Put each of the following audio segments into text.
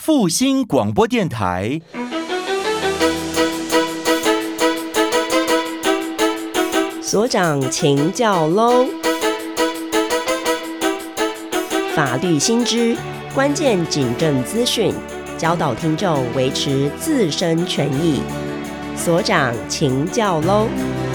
复兴广播电台。 所长请教喽！法律新知、关键警政资讯，教导听众维持自身权益。所长请教喽！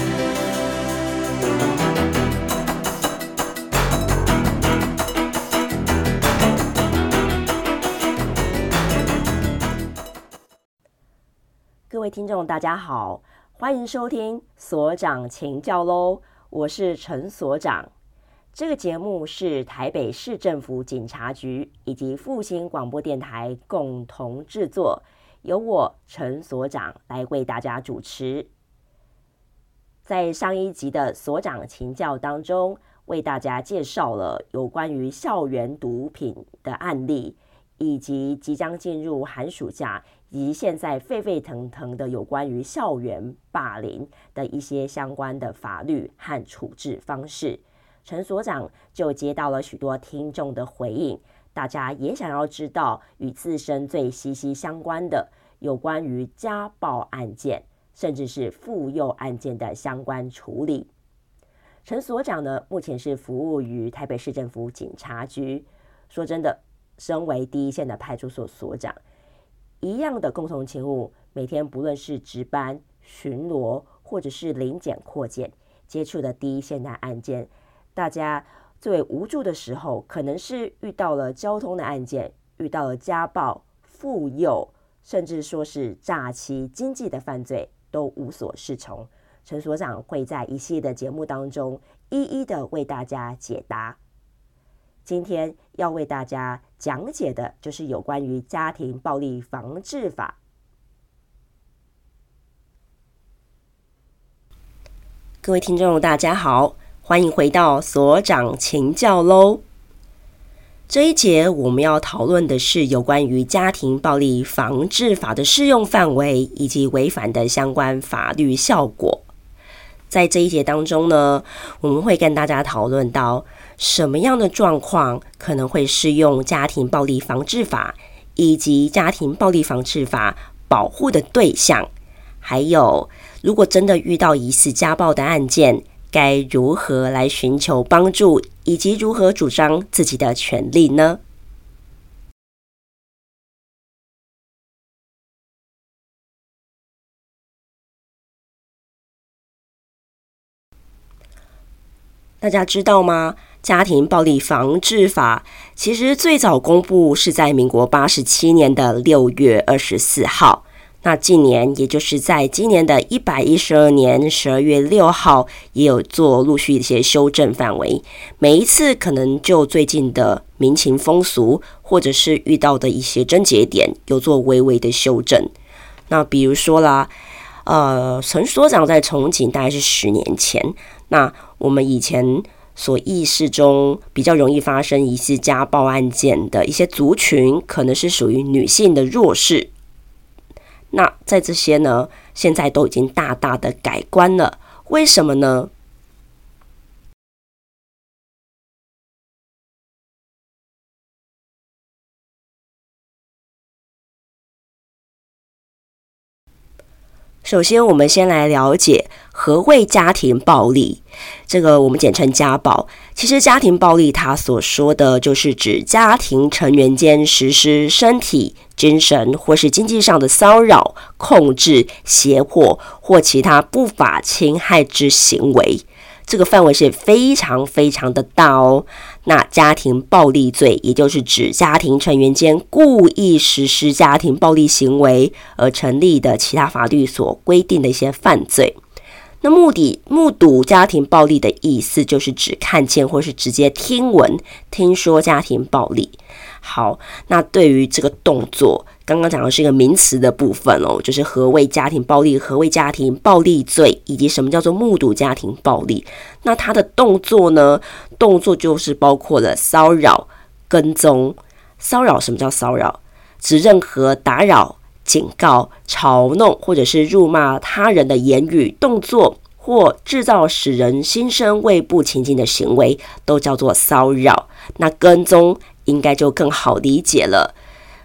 各位听众大家好，欢迎收听所长请教喽，我是陈所长。这个节目是台北市政府警察局以及复兴广播电台共同制作，由我陈所长来为大家主持。在上一集的所长请教当中，为大家介绍了有关于校园毒品的案例，以及即将进入寒暑假以及现在沸沸腾腾的有关于校园霸凌的一些相关的法律和处置方式。陈所长就接到了许多听众的回应，大家也想要知道与自身最息息相关的有关于家暴案件甚至是妇幼案件的相关处理。陈所长呢，目前是服务于台北市政府警察局。说真的，身为第一线的派出所所长，一样的共同勤务，每天不论是值班、巡逻或者是临检扩检，接触的第一线的案件，大家最无助的时候，可能是遇到了交通的案件，遇到了家暴、妇幼，甚至说是诈欺、经济的犯罪，都无所适从。陈所长会在一系列的节目当中，一一的为大家解答。今天要为大家讲解的就是有关于家庭暴力防治法。各位听众大家好，欢迎回到所长请教喽。这一节我们要讨论的是有关于家庭暴力防治法的适用范围以及违反的相关法律效果。在这一节当中呢，我们会跟大家讨论到什么样的状况可能会适用家庭暴力防治法，以及家庭暴力防治法保护的对象，还有如果真的遇到疑似家暴的案件，该如何来寻求帮助，以及如何主张自己的权利呢？大家知道吗？家庭暴力防治法其实最早公布是在民国87年的6月24号。那近年，也就是在今年的112年12月6号，也有做陆续一些修正范围。每一次可能就最近的民情风俗，或者是遇到的一些症结点，有做微微的修正。那比如说啦，陈所长在从警大概是10年前，那我们以前所意识中比较容易发生疑似家暴案件的一些族群，可能是属于女性的弱势。那在这些呢，现在都已经大大的改观了。为什么呢？首先，我们先来了解何谓家庭暴力。这个我们简称家暴。其实家庭暴力它所说的就是指家庭成员间实施身体、精神或是经济上的骚扰、控制、胁迫或其他不法侵害之行为。这个范围是非常非常的大哦。那家庭暴力罪，也就是指家庭成员间故意实施家庭暴力行为而成立的其他法律所规定的一些犯罪。那目睹家庭暴力的意思，就是指看见或是直接听说家庭暴力。好，那对于这个动作，刚刚讲的是一个名词的部分哦，就是何谓家庭暴力、何谓家庭暴力罪，以及什么叫做目睹家庭暴力。那它的动作呢？动作就是包括了骚扰、跟踪。骚扰，什么叫骚扰？指任何打扰、警告、嘲弄或者是辱骂他人的言语、动作，或制造使人心生畏怖情境的行为，都叫做骚扰。那跟踪应该就更好理解了。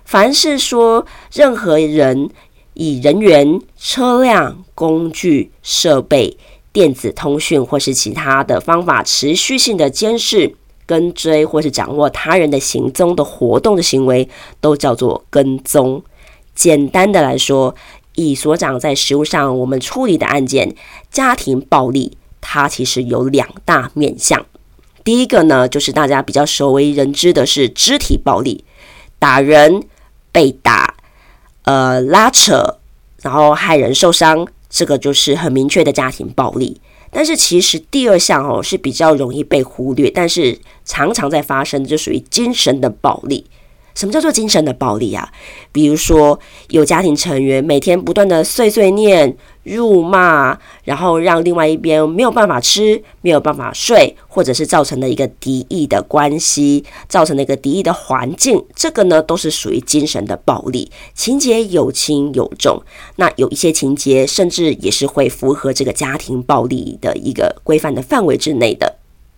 凡是说任何人以人员、车辆、工具、设备、电子通讯或是其他的方法持续性的监视、跟追或是掌握他人的行踪的活动的行为，都叫做跟踪。简单的来说，以所长在实务上我们处理的案件，家庭暴力它其实有2大面向。第一个呢，就是大家比较熟为人知的是肢体暴力，打人、被打、拉扯，然后害人受伤，这个就是很明确的家庭暴力。但是其实第2项是比较容易被忽略，但是常常在发生的，就属于精神的暴力。什么叫做精神的暴力啊？比如说有家庭成员每天不断的碎碎念、辱骂，然后让另外一边没有办法吃、没有办法睡，或者是造成了一个敌意的关系，造成了一个敌意的环境，这个呢都是属于精神的暴力，情节有轻有重。那有一些情节甚至也是会符合这个家庭暴力的一个规范的范围之内的。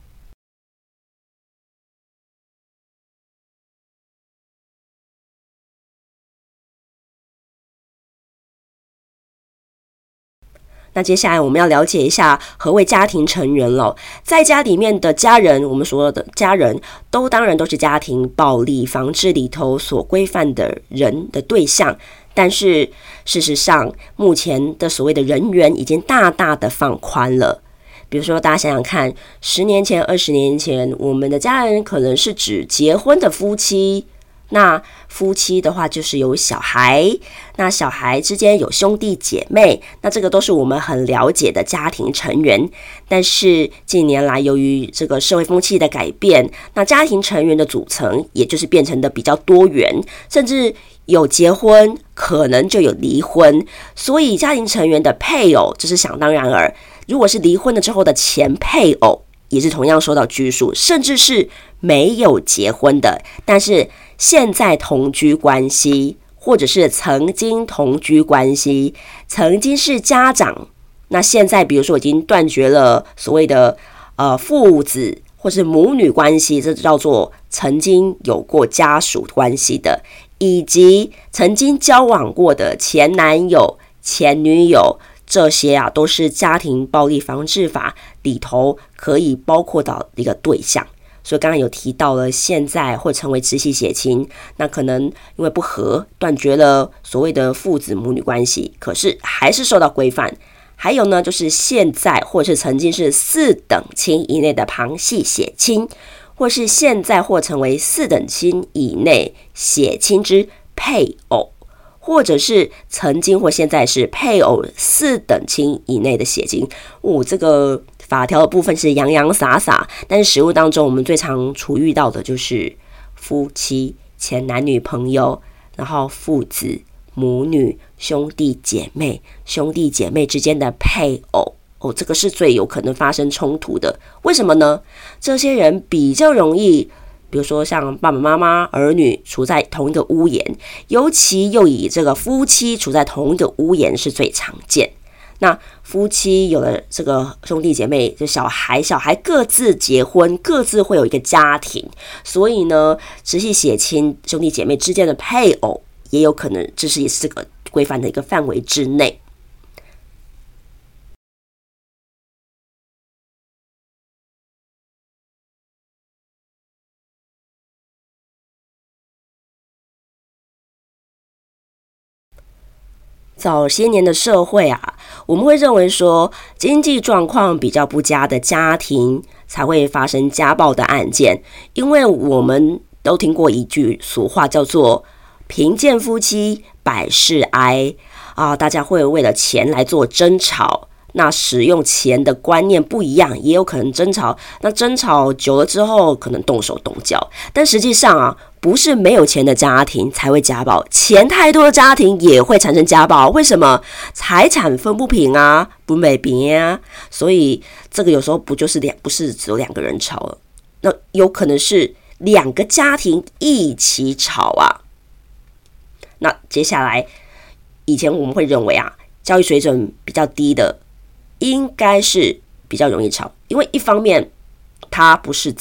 那接下来我们要了解一下何谓家庭成员了。在家里面的家人，我们所有的家人都当然都是家庭暴力防治里头所规范的人的对象，但是事实上目前的所谓的人员已经大大的放宽了。比如说大家想想看，10年前、20年前，我们的家人可能是指结婚的夫妻，那夫妻的话就是有小孩，那小孩之间有兄弟姐妹，那这个都是我们很了解的家庭成员。但是近年来由于这个社会风气的改变，那家庭成员的组成也就是变成的比较多元，甚至有结婚可能就有离婚，所以家庭成员的配偶这是想当然尔，如果是离婚了之后的前配偶也是同样受到拘束，甚至是没有结婚的但是现在同居关系，或者是曾经同居关系，曾经是家长，那现在比如说已经断绝了所谓的父子或是母女关系，这叫做曾经有过家属关系的，以及曾经交往过的前男友、前女友，这些都是家庭暴力防治法里头可以包括到一个对象。所以刚刚有提到了，现在会成为直系血亲，那可能因为不和断绝了所谓的父子母女关系，可是还是受到规范。还有呢，就是现在或是曾经是4等亲以内的旁系血亲，或是现在或成为4等亲以内血亲之配偶，或者是曾经或现在是配偶4等亲以内的血亲。这个法条的部分是洋洋洒洒，但是实务当中我们最常处遇到的就是夫妻、前男女朋友，然后父子、母女、兄弟姐妹之间的配偶。这个是最有可能发生冲突的。为什么呢？这些人比较容易，比如说像爸爸妈妈、儿女处在同一个屋檐，尤其又以这个夫妻处在同一个屋檐是最常见。那夫妻有了这个兄弟姐妹，就小孩各自结婚，各自会有一个家庭，所以呢，直系血亲兄弟姐妹之间的配偶也有可能，也是这个规范的一个范围之内。早些年的社会我们会认为说经济状况比较不佳的家庭才会发生家暴的案件，因为我们都听过一句俗话叫做贫贱夫妻百事哀大家会为了钱来做争吵，那使用钱的观念不一样，也有可能争吵，那争吵久了之后可能动手动脚，但实际上不是没有钱的家庭才会家暴，钱太多的家庭也会产生家暴。为什么？财产分不平不美平所以这个有时候不是只有2个人吵了，那有可能是2个家庭一起吵那接下来，以前我们会认为教育水准比较低的应该是比较容易吵，因为一方面他不识字，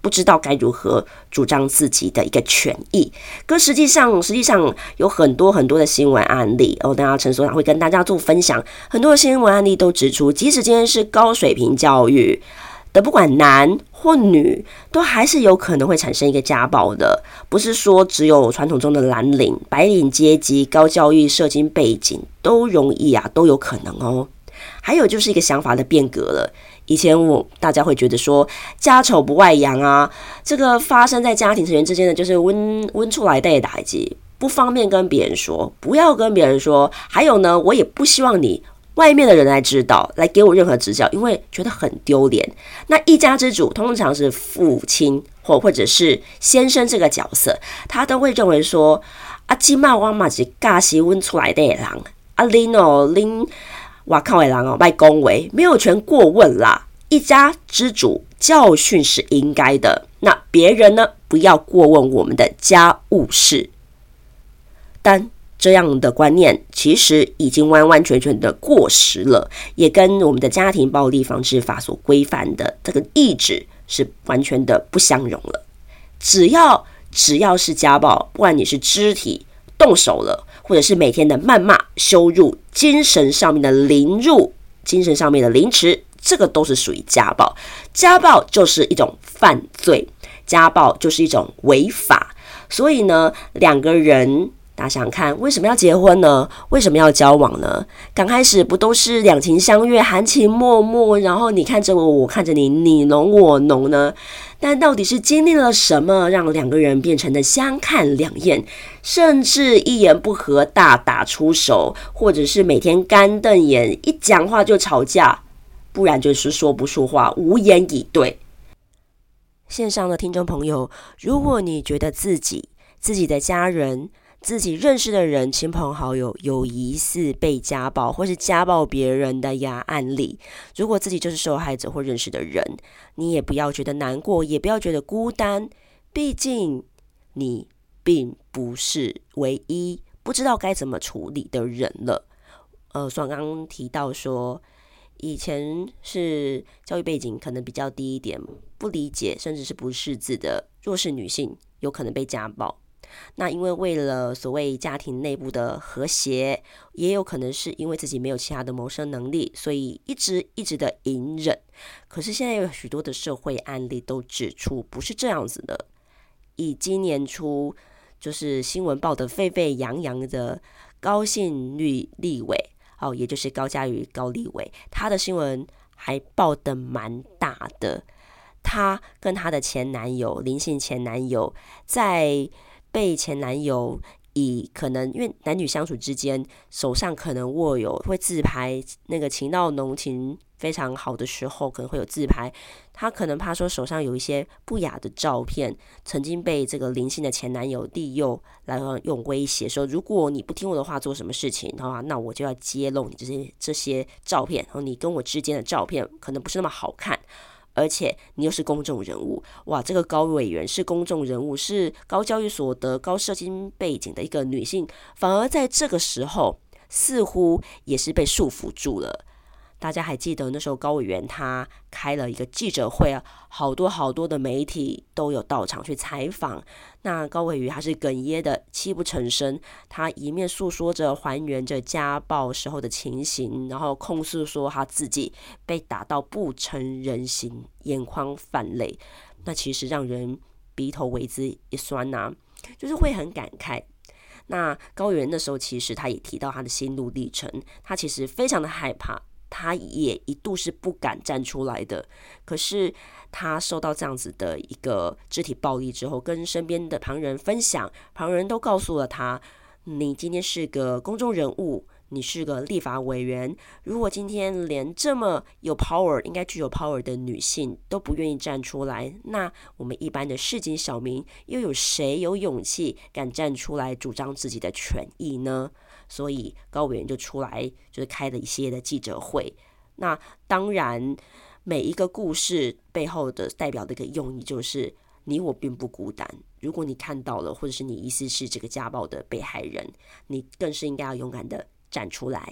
不知道该如何主张自己的一个权益。可实际上有很多的新闻案例等下陈所长会跟大家做分享。很多的新闻案例都指出，即使今天是高水平教育的，不管男或女，都还是有可能会产生一个家暴的。不是说只有传统中的蓝领、白领阶级、高教育、社经背景都容易都有可能哦。还有就是一个想法的变革了。以前大家会觉得说家丑不外扬这个发生在家庭成员之间的就是温出来的代志，不方便跟别人说，不要跟别人说。还有呢，我也不希望你外面的人来知道，来给我任何指教，因为觉得很丢脸。那一家之主通常是父亲或者是先生这个角色，他都会认为说现在我也是家是温出来的人恁外靠的人别恭维，没有权过问啦。一家之主教训是应该的，那别人呢，不要过问我们的家务事。但这样的观念其实已经完完全全的过时了，也跟我们的家庭暴力防治法所规范的这个意志是完全的不相容了。只要是家暴，不管你是肢体动手了，或者是每天的谩骂、羞辱、精神上面的凌辱、精神上面的凌迟，这个都是属于家暴。家暴就是一种犯罪，家暴就是一种违法。所以呢，两个人大家想想看，为什么要结婚呢？为什么要交往呢？刚开始不都是两情相悦、含情脉脉，然后你看着我，我看着你，你侬我侬呢？但到底是经历了什么，让两个人变成了相看两厌，甚至一言不合大打出手，或者是每天干瞪眼，一讲话就吵架，不然就是说不出话，无言以对。线上的听众朋友，如果你觉得自己的家人、自己认识的人、亲朋好友有疑似被家暴或是家暴别人的案例，如果自己就是受害者或认识的人，你也不要觉得难过，也不要觉得孤单，毕竟你并不是唯一不知道该怎么处理的人了。刚刚提到说，以前是教育背景可能比较低一点，不理解甚至是不识字的弱势女性有可能被家暴。那因为了所谓家庭内部的和谐，也有可能是因为自己没有其他的谋生能力，所以一直的隐忍。可是现在有许多的社会案例都指出不是这样子的。以今年初就是新闻报得沸沸扬扬的高姓立委也就是高嘉瑜高立委，他的新闻还报得蛮大的。他跟他的前男友林姓前男友在被前男友以可能因为男女相处之间手上可能握有会自拍，那个情到浓情非常好的时候可能会有自拍，他可能怕说手上有一些不雅的照片，曾经被这个林姓的前男友利诱来用威胁说，如果你不听我的话做什么事情的话，那我就要揭露你这些照片，然后你跟我之间的照片可能不是那么好看，而且你又是公众人物，哇，这个高委员是公众人物，是高教育所得、高社经背景的一个女性，反而在这个时候似乎也是被束缚住了。大家还记得那时候高委员他开了一个记者会好多的媒体都有到场去采访。那高委员他是哽咽的泣不成声，他一面诉说着还原着家暴时候的情形，然后控诉说他自己被打到不成人形，眼眶泛泪。那其实让人鼻头为之一酸就是会很感慨。那高委员那时候其实他也提到他的心路历程，他其实非常的害怕，他也一度是不敢站出来的。可是他受到这样子的一个肢体暴力之后，跟身边的旁人分享，旁人都告诉了他，你今天是个公众人物，你是个立法委员，如果今天连这么有 power 应该具有 power 的女性都不愿意站出来，那我们一般的市井小民又有谁有勇气敢站出来主张自己的权益呢？所以高委员就出来就是开了一系列的记者会。那当然每一个故事背后的代表的一个用意就是你我并不孤单，如果你看到了或者是你疑似是这个家暴的被害人，你更是应该要勇敢的站出来。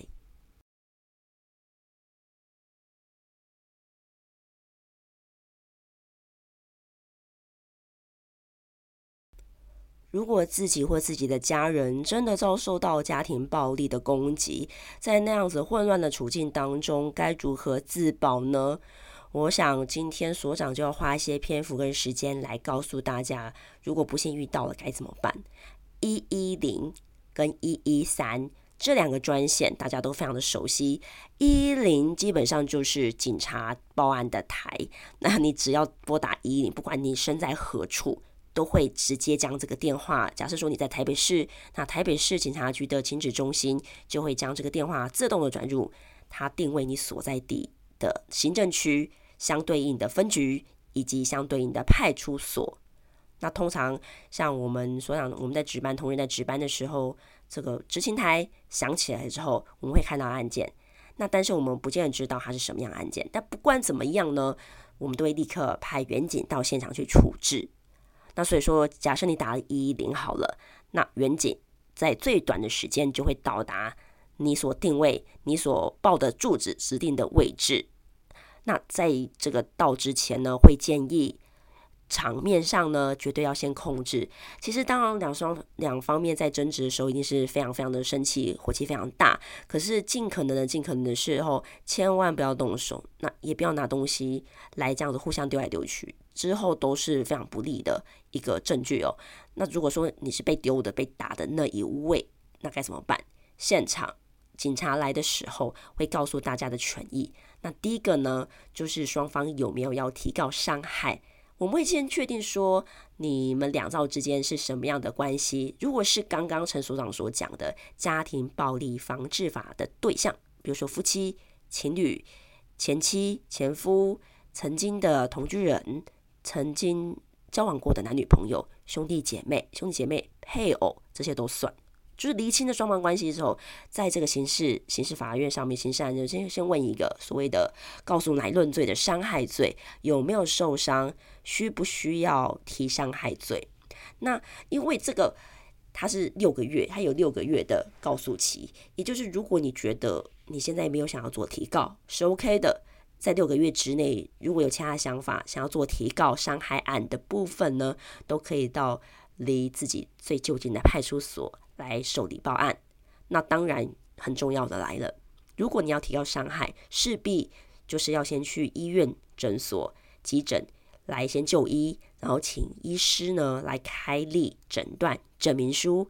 如果自己或自己的家人真的遭受到家庭暴力的攻击，在那样子混乱的处境当中，该如何自保呢？我想今天所长就要花一些篇幅跟时间来告诉大家，如果不幸遇到了该怎么办。110跟113这两个专线大家都非常的熟悉。110基本上就是警察报案的台，那你只要拨打110，不管你身在何处，都会直接将这个电话，假设说你在台北市，那台北市警察局的情治中心就会将这个电话自动的转入它定位你所在地的行政区相对应的分局以及相对应的派出所。那通常像我们所讲，我们在值班，同仁在值班的时候，这个执勤台响起来之后，我们会看到案件。那但是我们不见得知道它是什么样的案件。但不管怎么样呢，我们都会立刻派员警到现场去处置。那所以说，假设你打了110好了，那员警在最短的时间就会到达你所定位、你所报的住址指定的位置。那在这个到之前呢，会建议场面上呢，绝对要先控制。其实当然两方面在争执的时候，一定是非常非常的生气，火气非常大。可是尽可能的时候，千万不要动手，那也不要拿东西来这样子互相丢来丢去，之后都是非常不利的一个证据哦。那如果说你是被丢的、被打的那一位，那该怎么办？现场警察来的时候会告诉大家的权益。那第一个呢，就是双方有没有要提告伤害。我们会先确定说你们两造之间是什么样的关系。如果是刚刚陈所长所讲的家庭暴力防治法的对象，比如说夫妻、情侣、前妻、前夫、曾经的同居人、曾经交往过的男女朋友、兄弟姐妹、配偶，这些都算。就是厘清了双方关系之后，在这个刑事法院上面，刑事案件先问一个所谓的告诉乃论罪的伤害罪有没有受伤，需不需要提伤害罪？那因为这个它是6个月，它有6个月的告诉期，也就是如果你觉得你现在没有想要做提告是 OK 的，在6个月之内，如果有其他想法想要做提告伤害案的部分呢，都可以到离自己最就近的派出所来受理报案。那当然很重要的来了，如果你要提告伤害，势必就是要先去医院、诊所、急诊来先就医，然后请医师呢来开立诊断证明书，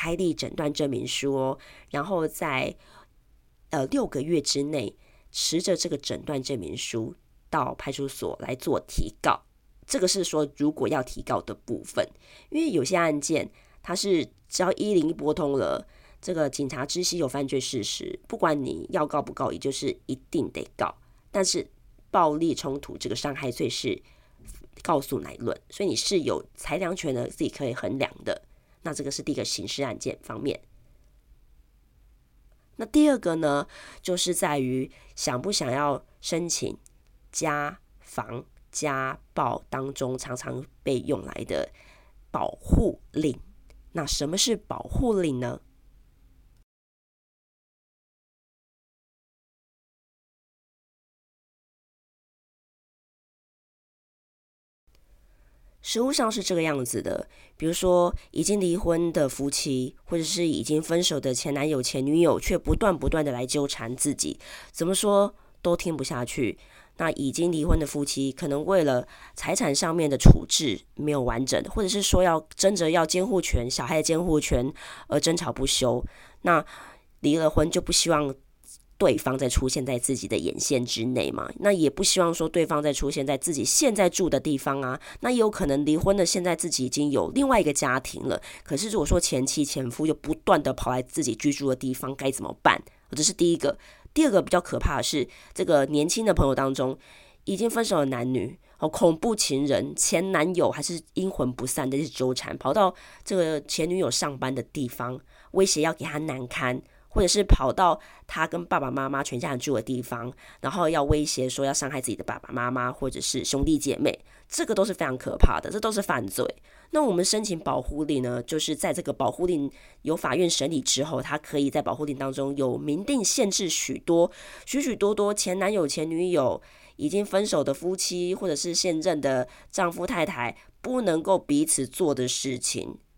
然后在6个月之内持着这个诊断证明书到派出所来做提告。这个是说如果要提告的部分，因为有些案件它是只要110拨通了，这个警察知悉有犯罪事实，不管你要告不告，也就是一定得告。但是暴力冲突这个伤害罪是告诉乃论，所以你是有裁量权的，自己可以衡量的。那这个是第一个刑事案件方面。那第二个呢，就是在于想不想要申请家防家暴当中常常被用来的保护令。那什么是保护令呢？实务上是这个样子的，比如说已经离婚的夫妻，或者是已经分手的前男友、前女友，却不断的来纠缠自己，怎么说都听不下去。那已经离婚的夫妻，可能为了财产上面的处置没有完整，或者是说要争着要监护权、小孩的监护权而争吵不休。那离了婚就不希望对方再出现在自己的眼线之内嘛，那也不希望说对方再出现在自己现在住的地方啊。那也有可能离婚的现在自己已经有另外一个家庭了，可是如果说前妻前夫又不断的跑来自己居住的地方，该怎么办？这是第一个。第二个比较可怕的是，这个年轻的朋友当中已经分手的男女，恐怖情人、前男友还是阴魂不散的纠缠，跑到这个前女友上班的地方，威胁要给他难堪，或者是跑到他跟爸爸妈妈全家人住的地方，然后要威胁说要伤害自己的爸爸妈妈或者是兄弟姐妹，这个都是非常可怕的，这都是犯罪。那我们申请保护令呢，就是在这个保护令由法院审理之后，他可以在保护令当中有明定限制许多前男友、前女友、已经分手的夫妻或者是现任的丈夫太太不能够彼此做的事情。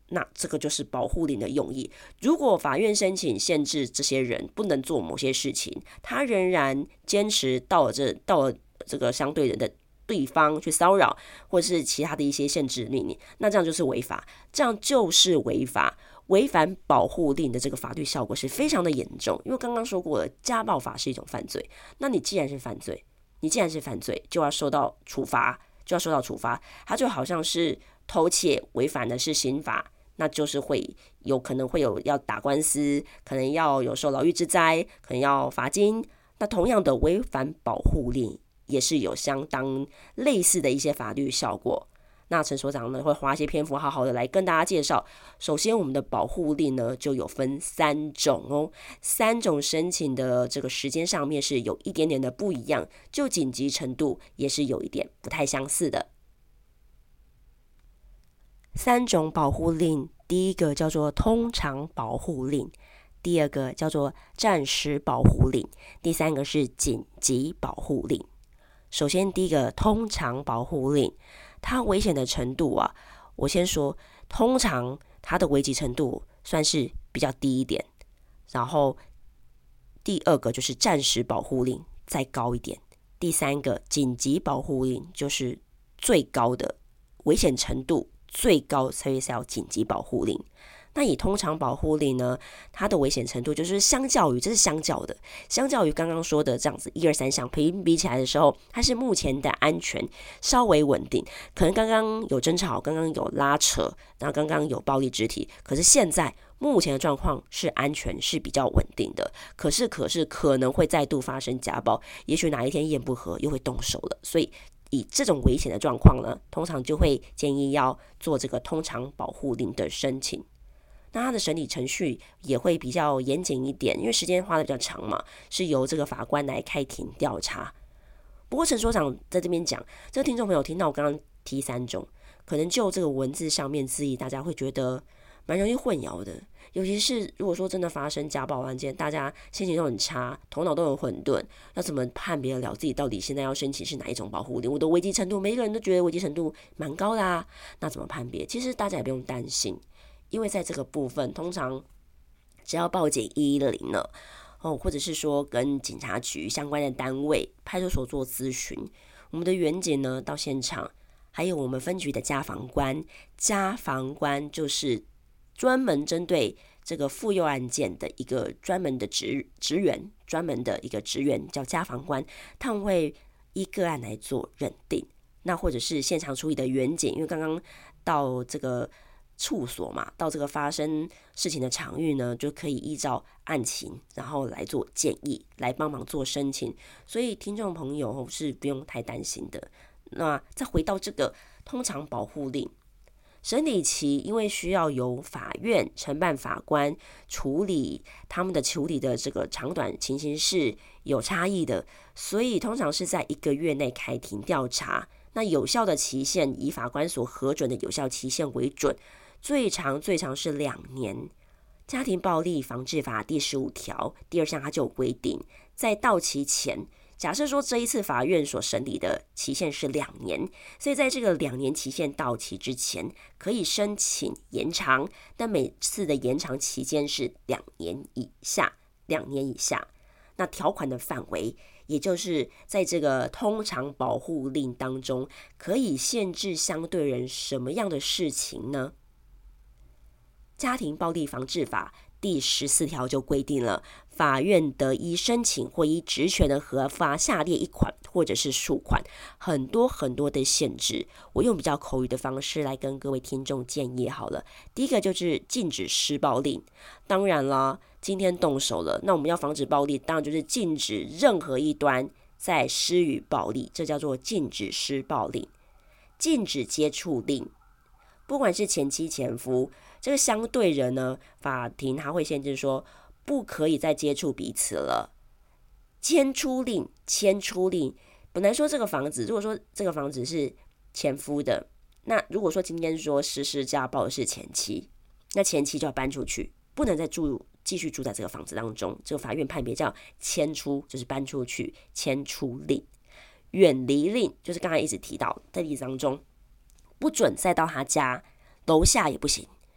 那这个就是保护令的用意。如果法院申请限制这些人不能做某些事情，他仍然坚持到了这个相对人的对方去骚扰，或者是其他的一些限制命令，那这样就是违法，这样就是违法。违反保护令的这个法律效果是非常的严重，因为刚刚说过了，家暴法是一种犯罪，那你既然是犯罪，就要受到处罚，它就好像是偷窃违反的是刑法，那就是可能会有要打官司，可能要有受牢狱之灾，可能要罚金。那同样的，违反保护令也是有相当类似的一些法律效果。那陈所长呢会花一些篇幅好好的来跟大家介绍。首先，我们的保护令呢就有分3种哦，3种申请的这个时间上面是有一点点的不一样，就紧急程度也是有一点不太相似的。3种保护令，第一个叫做通常保护令，第二个叫做暂时保护令，第3个是紧急保护令。首先，第一个通常保护令，它危险的程度啊，我先说，通常它的危急程度算是比较低一点，然后第二个就是暂时保护令再高一点，第3个紧急保护令就是最高的危险程度最高，所以是要紧急保护令。那以通常保护令呢，它的危险程度就是这是相较于刚刚说的这样子1、2、3项比起来的时候，它是目前的安全稍微稳定。可能刚刚有争吵，刚刚有拉扯，然后刚刚有暴力肢体，可是现在目前的状况是安全是比较稳定的。可是可能会再度发生家暴，也许哪一天言不合又会动手了。所以以这种危险的状况呢，通常就会建议要做这个通常保护令的申请。那他的审理程序也会比较严谨一点，因为时间花的比较长嘛，是由这个法官来开庭调查。不过陈所长在这边讲，这个听众朋友听到我刚刚提3种，可能就这个文字上面字义，大家会觉得蛮容易混淆的。尤其是如果说真的发生家暴案件，大家心情都很差，头脑都很混沌，要怎么判别得了自己到底现在要申请是哪一种保护令？我的危机程度，每一个人都觉得危机程度蛮高的啊，那怎么判别？其实大家也不用担心。因为在这个部分，通常只要报警110了，或者是说跟警察局相关的单位、派出所做咨询，我们的员警呢到现场，还有我们分局的家防官就是专门针对这个妇幼案件的一个专门的职员叫家防官，他们会依个案来做认定。那或者是现场处理的员警，因为刚刚到这个处所嘛，到这个发生事情的场域呢，就可以依照案情，然后来做建议，来帮忙做申请。所以听众朋友是不用太担心的。那再回到这个通常保护令，审理期因为需要由法院承办法官处理，他们的处理的这个长短情形是有差异的，所以通常是在1个月内开庭调查。那有效的期限以法官所核准的有效期限为准，最长是2年。家庭暴力防治法第15条第2项它就有规定，在到期前，假设说这一次法院所审理的期限是2年，所以在这个2年期限到期之前，可以申请延长，但每次的延长期间是2年以下。那条款的范围，也就是在这个通常保护令当中，可以限制相对人什么样的事情呢？家庭暴力防治法第14条就规定了，法院得依申请或依职权的核发下列1款或者是数款，很多的限制。我用比较口语的方式来跟各位听众建议好了。第一个就是禁止施暴令，当然啦，今天动手了，那我们要防止暴力，当然就是禁止任何一端在施予暴力，这叫做禁止施暴令。禁止接触令，不管是前妻前夫，这个相对人呢，法庭它会限制说不可以再接触彼此了。迁出令，本来说这个房子，如果说这个房子是前夫的，那如果说今天说实施家暴的是前妻，那前妻就要搬出去，不能再继续住在这个房子当中。这个法院判别叫迁出，就是搬出去，迁出令。远离令就是刚才一直提到在例子当中，不准再到他家，楼下也不行。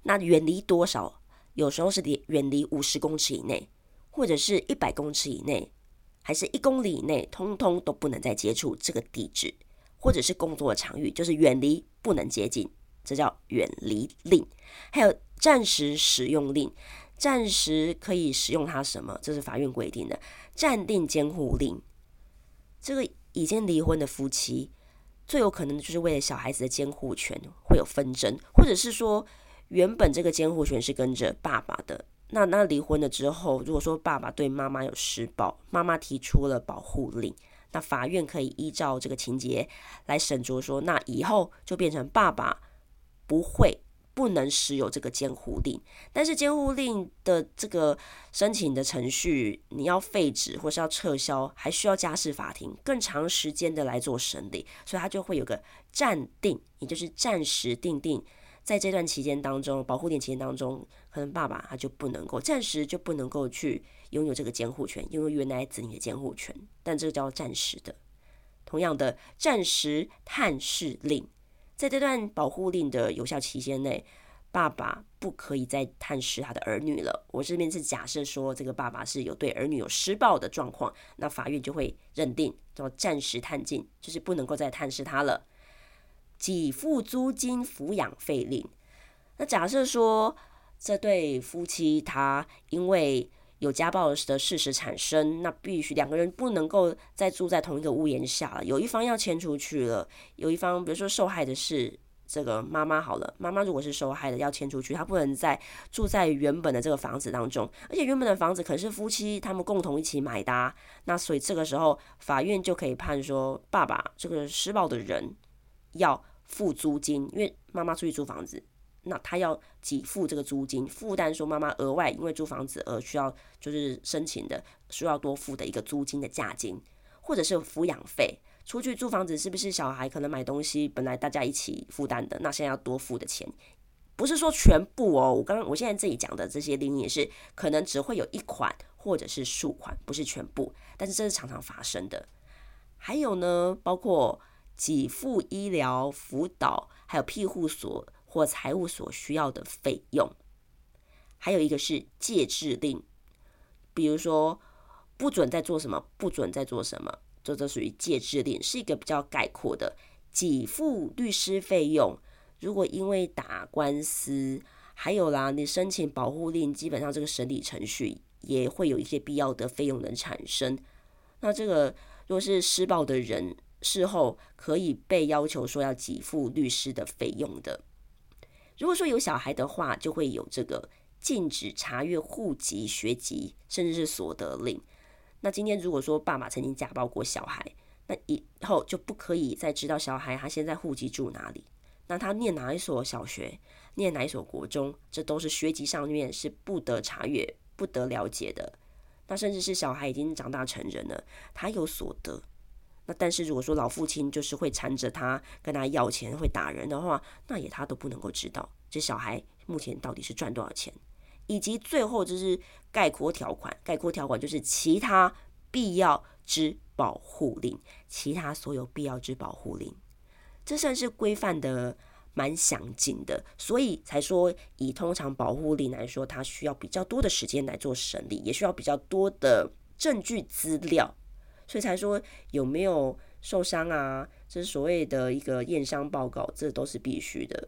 那远离多少？有时候是远离50公尺以内，或者是100公尺以内，还是1公里以内，通通都不能再接触这个地址，或者是工作的场域，就是远离，不能接近，这叫远离令。还有暂时使用令，暂时可以使用它什么？这是法院规定的。暂定监护令，这个已经离婚的夫妻，最有可能的就是为了小孩子的监护权会有纷争，或者是说原本这个监护权是跟着爸爸的，那离婚了之后，如果说爸爸对妈妈有施暴，妈妈提出了保护令，那法院可以依照这个情节来审酌说，那以后就变成爸爸不能持有这个监护令，但是监护令的这个申请的程序，你要废止或是要撤销，还需要家事法庭更长时间的来做审理，所以它就会有个暂定，也就是暂时定，在这段期间当中，保护令期间当中，可能爸爸他就不能够暂时就不能够去拥有这个监护权，拥有原来子女的监护权，但这个叫暂时的。同样的，暂时探视令，在这段保护令的有效期间内，爸爸不可以再探视他的儿女了。我这边是假设说，这个爸爸是有对儿女有施暴的状况，那法院就会认定叫暂时探禁，就是不能够再探视他了。给付租金抚养费令，那假设说这对夫妻他因为有家暴的事实产生，那必须两个人不能够再住在同一个屋檐下了，有一方要迁出去了，有一方比如说受害的是这个妈妈好了，妈妈如果是受害的要迁出去，她不能再住在原本的这个房子当中，而且原本的房子可能是夫妻他们共同一起买的啊，那所以这个时候法院就可以判说，爸爸这个施暴的人要付租金，因为妈妈出去租房子，那他要给付这个租金，负担说妈妈额外因为租房子而需要就是申请的需要多付的一个租金的价金，或者是抚养费。出去租房子是不是小孩可能买东西本来大家一起负担的，那现在要多付的钱，不是说全部哦。我现在这里讲的这些令也是可能只会有一款或者是数款，不是全部，但是这是常常发生的。还有呢，包括给付医疗辅导，还有庇护所或财务所需要的费用。还有一个是戒制令，比如说不准再做什么，不准再做什么，这属于戒制令，是一个比较概括的。给付律师费用，如果因为打官司，还有啦，你申请保护令，基本上这个审理程序也会有一些必要的费用的产生。那这个如果是施暴的人，事后可以被要求说要给付律师的费用的。如果说有小孩的话，就会有这个禁止查阅户籍、学籍，甚至是所得令。那今天如果说爸爸曾经家暴过小孩，那以后就不可以再知道小孩他现在户籍住哪里，那他念哪一所小学，念哪一所国中，这都是学籍上面是不得查阅、不得了解的。那甚至是小孩已经长大成人了，他有所得，那但是如果说老父亲就是会缠着他，跟他要钱，会打人的话，那也他都不能够知道这小孩目前到底是赚多少钱。以及最后就是概括条款，概括条款就是其他必要之保护令，其他所有必要之保护令，这算是规范的蛮详尽的，所以才说以通常保护令来说，它需要比较多的时间来做审理，也需要比较多的证据资料，所以才说有没有受伤啊，这是所谓的一个验伤报告，这都是必须的。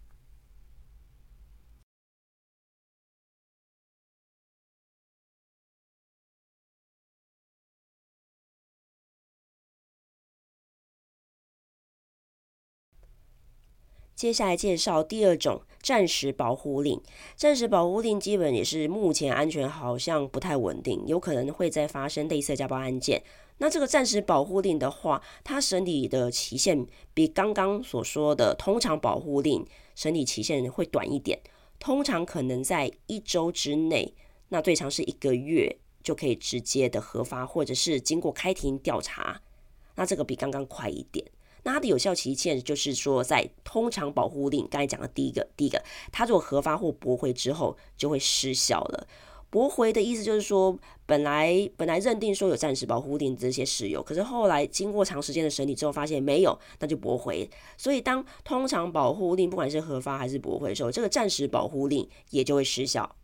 接下来介绍第二种暂时保护令。暂时保护令基本也是目前安全好像不太稳定，有可能会再发生类似的家暴案件。那这个暂时保护令的话，它审理的期限比刚刚所说的通常保护令审理期限会短一点，通常可能在1周之内，那最长是1个月就可以直接的核发，或者是经过开庭调查，那这个比刚刚快一点。那它的有效期限就是说，在通常保护令刚才讲的第一个，它如果核发或驳回之后就会失效了。 驳回的意思就是说，本来认定说有暂时保护令这些事由，可是后来经过长时间的审理之后发现没有，那就驳回。所以当通常保护令不管是核发还是驳回的时候，这个暂时保护令也就会失效。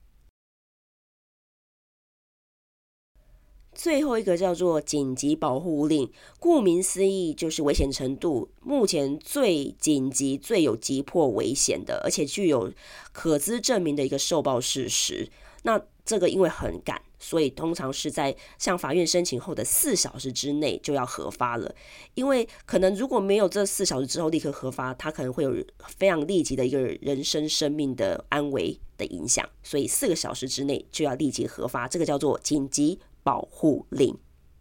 最后一个叫做紧急保护令，顾名思义就是危险程度目前最紧急、最有急迫危险的，而且具有可资证明的一个受报事实。那这个因为很赶，所以通常是在向法院申请后的4小时之内就要核发了。因为可能如果没有这4小时之后立刻核发，它可能会有非常立即的一个人身生命的安危的影响，所以4个小时之内就要立即核发，这个叫做紧急保护令。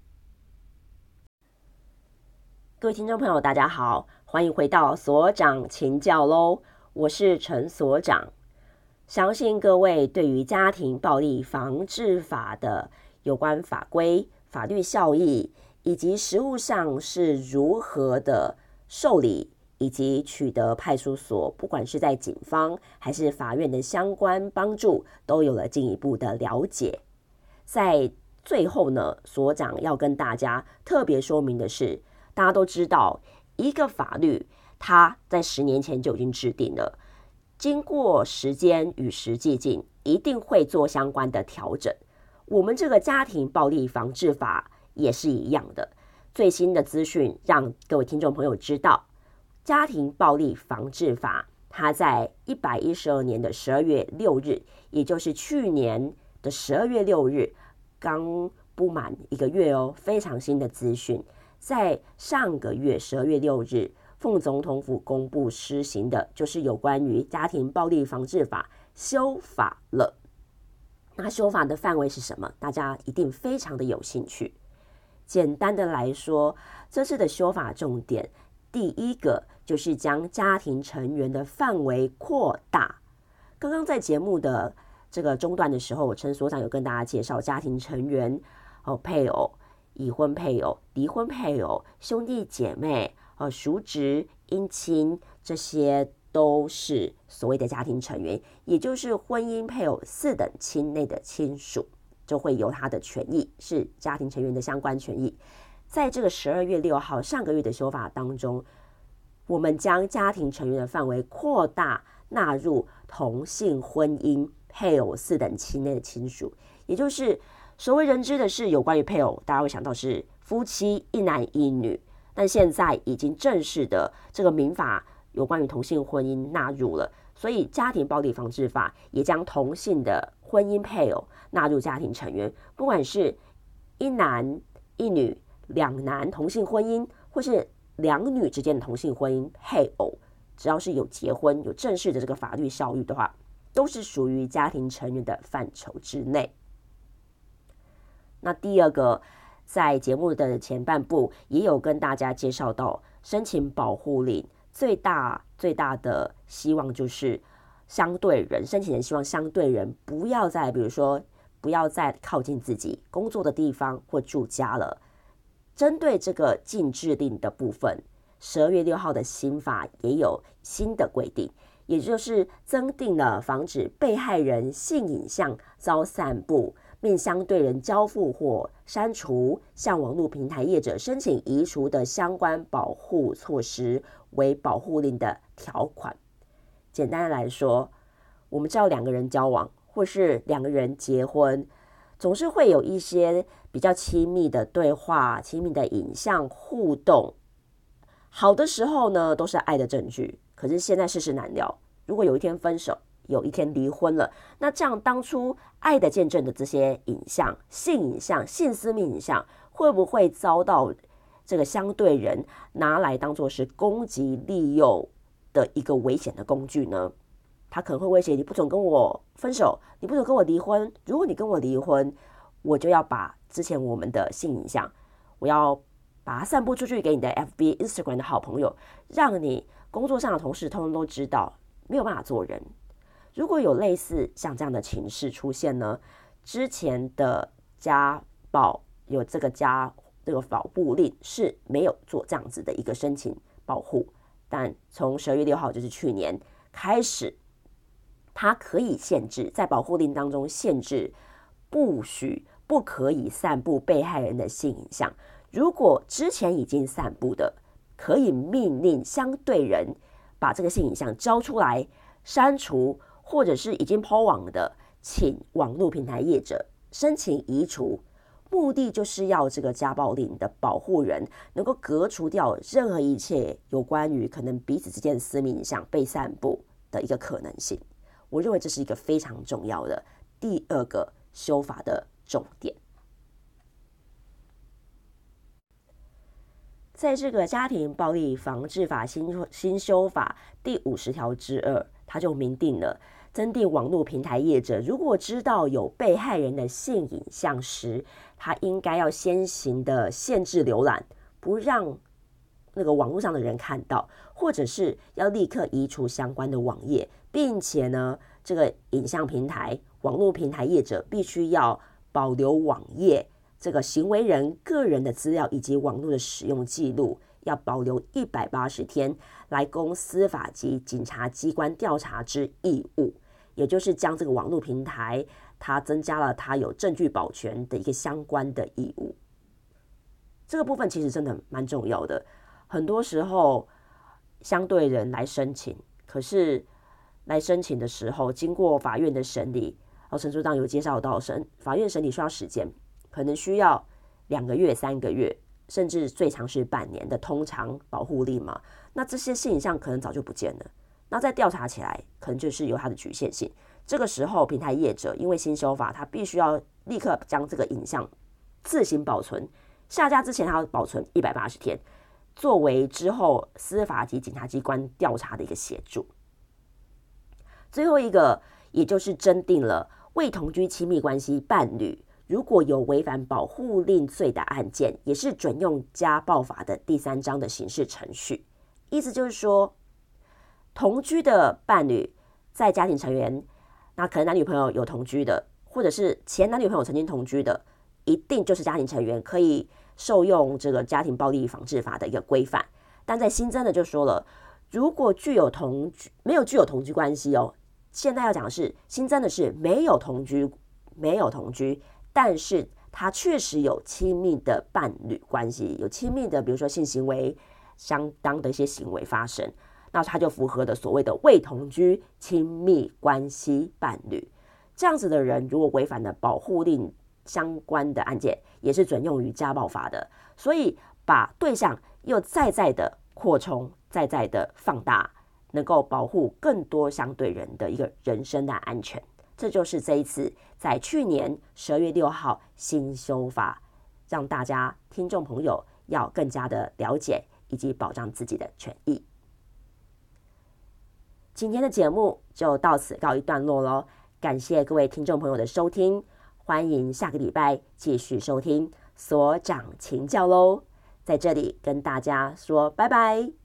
各位听众朋友大家好，欢迎回到所长请教咯，我是陈所长。相信各位对于家庭暴力防治法的有关法规、法律效益以及实务上是如何的受理以及取得派出所不管是在警方还是法院的相关帮助都有了进一步的了解。在最后呢，所长要跟大家特别说明的是，大家都知道一个法律它在10年前就已经制定了，经过时间与时俱进，一定会做相关的调整。我们这个家庭暴力防治法也是一样的，最新的资讯让各位听众朋友知道，家庭暴力防治法它在112年的12月6日，也就是去年的12月6日，刚不满1个月哦，非常新的资讯，在上个月12月6日奉总统府公布施行的，就是有关于家庭暴力防治法修法了。那修法的范围是什么？大家一定非常的有兴趣。简单的来说，这次的修法重点，第一个就是将家庭成员的范围扩大。刚刚在节目的这个中段的时候，陈所长有跟大家介绍家庭成员、配偶、已婚配偶、离婚配偶、兄弟姐妹、叔侄、姻亲，这些都是所谓的家庭成员，也就是婚姻配偶4等亲内的亲属，就会有他的权益，是家庭成员的相关权益。在这个12月6号上个月的修法当中，我们将家庭成员的范围扩大，纳入同性婚姻配偶4等亲内的亲属，也就是所谓人知的是有关于配偶，大家会想到是夫妻1男1女，但现在已经正式的这个民法有关于同性婚姻纳入了，所以家庭暴力防治法也将同性的婚姻配偶纳入家庭成员，不管是1男1女、2男同性婚姻，或是2女之间的同性婚姻配偶，只要是有结婚、有正式的这个法律效益的话，都是属于家庭成员的范畴之内。那第二个，在节目的前半部也有跟大家介绍到，申请保护令最大的希望就是相对人，申请人希望相对人不要再比如说不要再靠近自己工作的地方或住家了。针对这个禁制令的部分，12月6号的新法也有新的规定，也就是增订了防止被害人性影像遭散布并相对人交付或删除，向网络平台业者申请移除的相关保护措施为保护令的条款。简单的来说，我们知道2个人交往或是2个人结婚，总是会有一些比较亲密的对话、亲密的影像互动。好的时候呢，都是爱的证据。可是现在世事难料，如果有一天分手，有一天离婚了，那这样当初爱的见证的这些影像、性影像、性私密影像，会不会遭到这个相对人拿来当作是攻击利诱的一个危险的工具呢？他可能会威胁你不准跟我分手，你不准跟我离婚，如果你跟我离婚，我就要把之前我们的性影像，我要把它散布出去给你的 FB、Instagram 的好朋友，让你工作上的同事通通都知道，没有办法做人。如果有类似像这样的情势出现呢，之前的家暴有这个保护令是没有做这样子的一个申请保护，但从12月6号就是去年开始，它可以限制在保护令当中限制不可以散布被害人的性影像。如果之前已经散布的，可以命令相对人把这个性影像交出来、删除，或者是已经抛网的，请网络平台业者申请移除。目的就是要这个家暴令的保护人能够革除掉任何一切有关于可能彼此之间的私密影像被散布的一个可能性。我认为这是一个非常重要的第二个修法的重点。在这个家庭暴力防治法新修法第50条之2，它就明定了，增订网络平台业者如果知道有被害人的性影像时，他应该要先行的限制浏览，不让那个网络上的人看到，或者是要立刻移除相关的网页，并且呢，这个影像平台、网络平台业者必须要保留网页这个行为人个人的资料以及网络的使用记录，要保留180天来供司法及警察机关调查之义务，也就是将这个网络平台它增加了它有证据保全的一个相关的义务。这个部分其实真的蛮重要的，很多时候相对人来申请，可是来申请的时候经过法院的审理，陈处长有介绍到法院审理需要时间，可能需要2个月、3个月，甚至最长是半年的通常保护令嘛。那这些性影像可能早就不见了，那再调查起来可能就是有它的局限性。这个时候平台业者因为新修法，他必须要立刻将这个影像自行保存，下架之前他要保存180天，作为之后司法及警察机关调查的一个协助。最后一个，也就是增订了未同居亲密关系伴侣如果有违反保护令罪的案件，也是准用家暴法的第3章的刑事程序。意思就是说，同居的伴侣在家庭成员，那可能男女朋友有同居的，或者是前男女朋友曾经同居的，一定就是家庭成员，可以受用这个家庭暴力防治法的一个规范。但在新增的就说了，如果没有具有同居关系哦，现在要讲的是新增的是没有同居，但是他确实有亲密的伴侣关系，有亲密的比如说性行为相当的一些行为发生，那他就符合的所谓的未同居亲密关系伴侣。这样子的人如果违反了保护令相关的案件，也是准用于家暴法的。所以把对象又再的扩充，再的放大，能够保护更多相对人的一个人身的安全。这就是这一次在去年12月6号新修法，让大家听众朋友要更加的了解以及保障自己的权益。今天的节目就到此告一段落咯，感谢各位听众朋友的收听，欢迎下个礼拜继续收听所长请教咯，在这里跟大家说拜拜。